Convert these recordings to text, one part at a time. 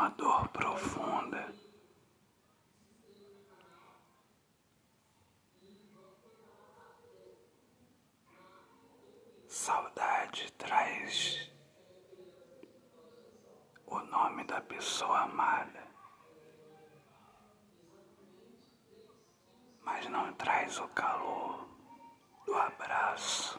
uma dor profunda. Saudade traz o nome da pessoa amada, mas não traz o calor do abraço.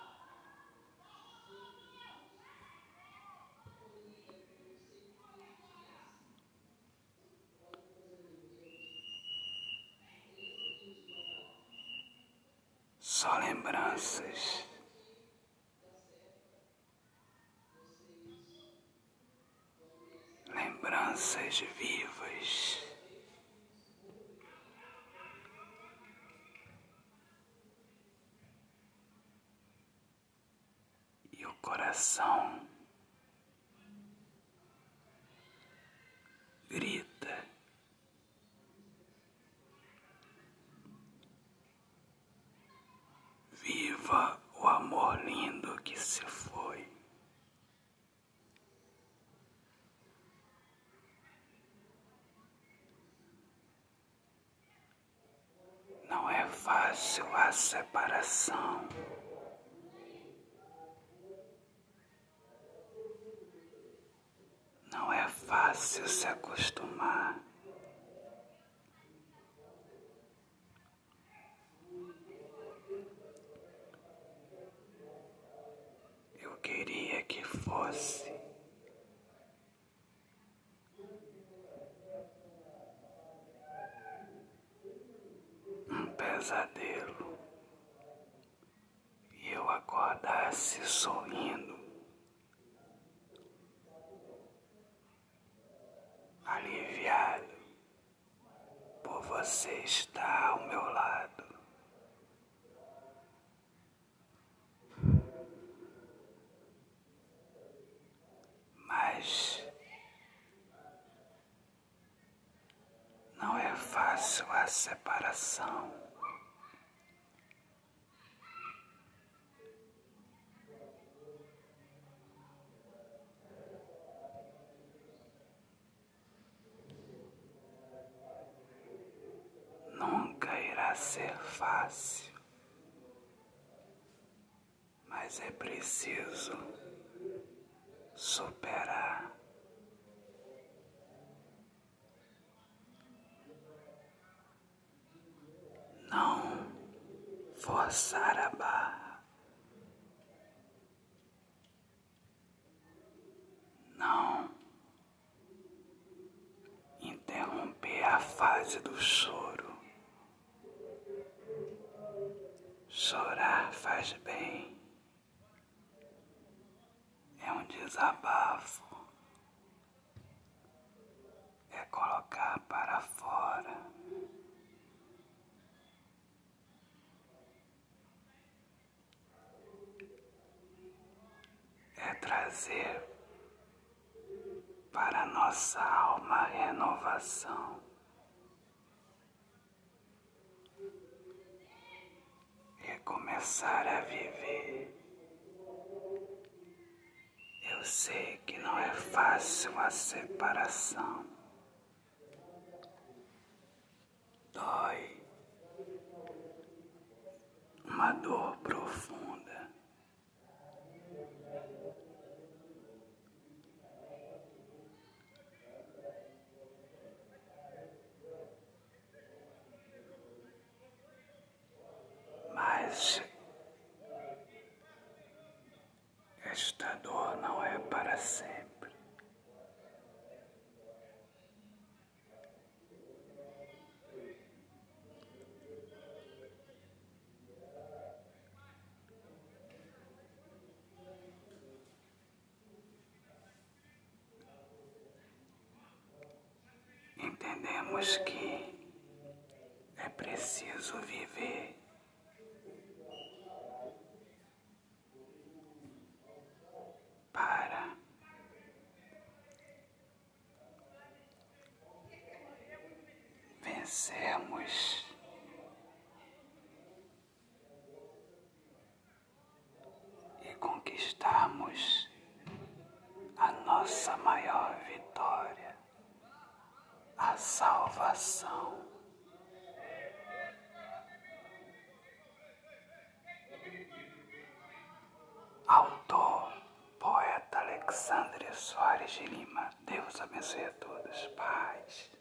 Só lembranças. Lembranças vivas. E o coração grita. Viva o amor lindo que se foi. Não é fácil a separação. Não é fácil se acostumar. Eu queria que fosse um pesadelo e eu acordasse sorrindo, aliviado por você estar ao meu lado. Mas não é fácil a separação. Nunca irá ser fácil, mas é preciso superar. Não forçar a barra. Não interromper a fase do choro. Chorar faz bem. É um desabafo. É colocar para fora. É trazer para nossa alma renovação. Recomeçar a viver. Eu sei que não é fácil a separação. Dói. Uma dor profunda. Mas esta dor não é para sempre. Entendemos que é preciso viver para vencermos e conquistarmos a nossa maior vitória. salvação. Autor, poeta Alexandre Soares de Lima. Deus abençoe a todos. Paz.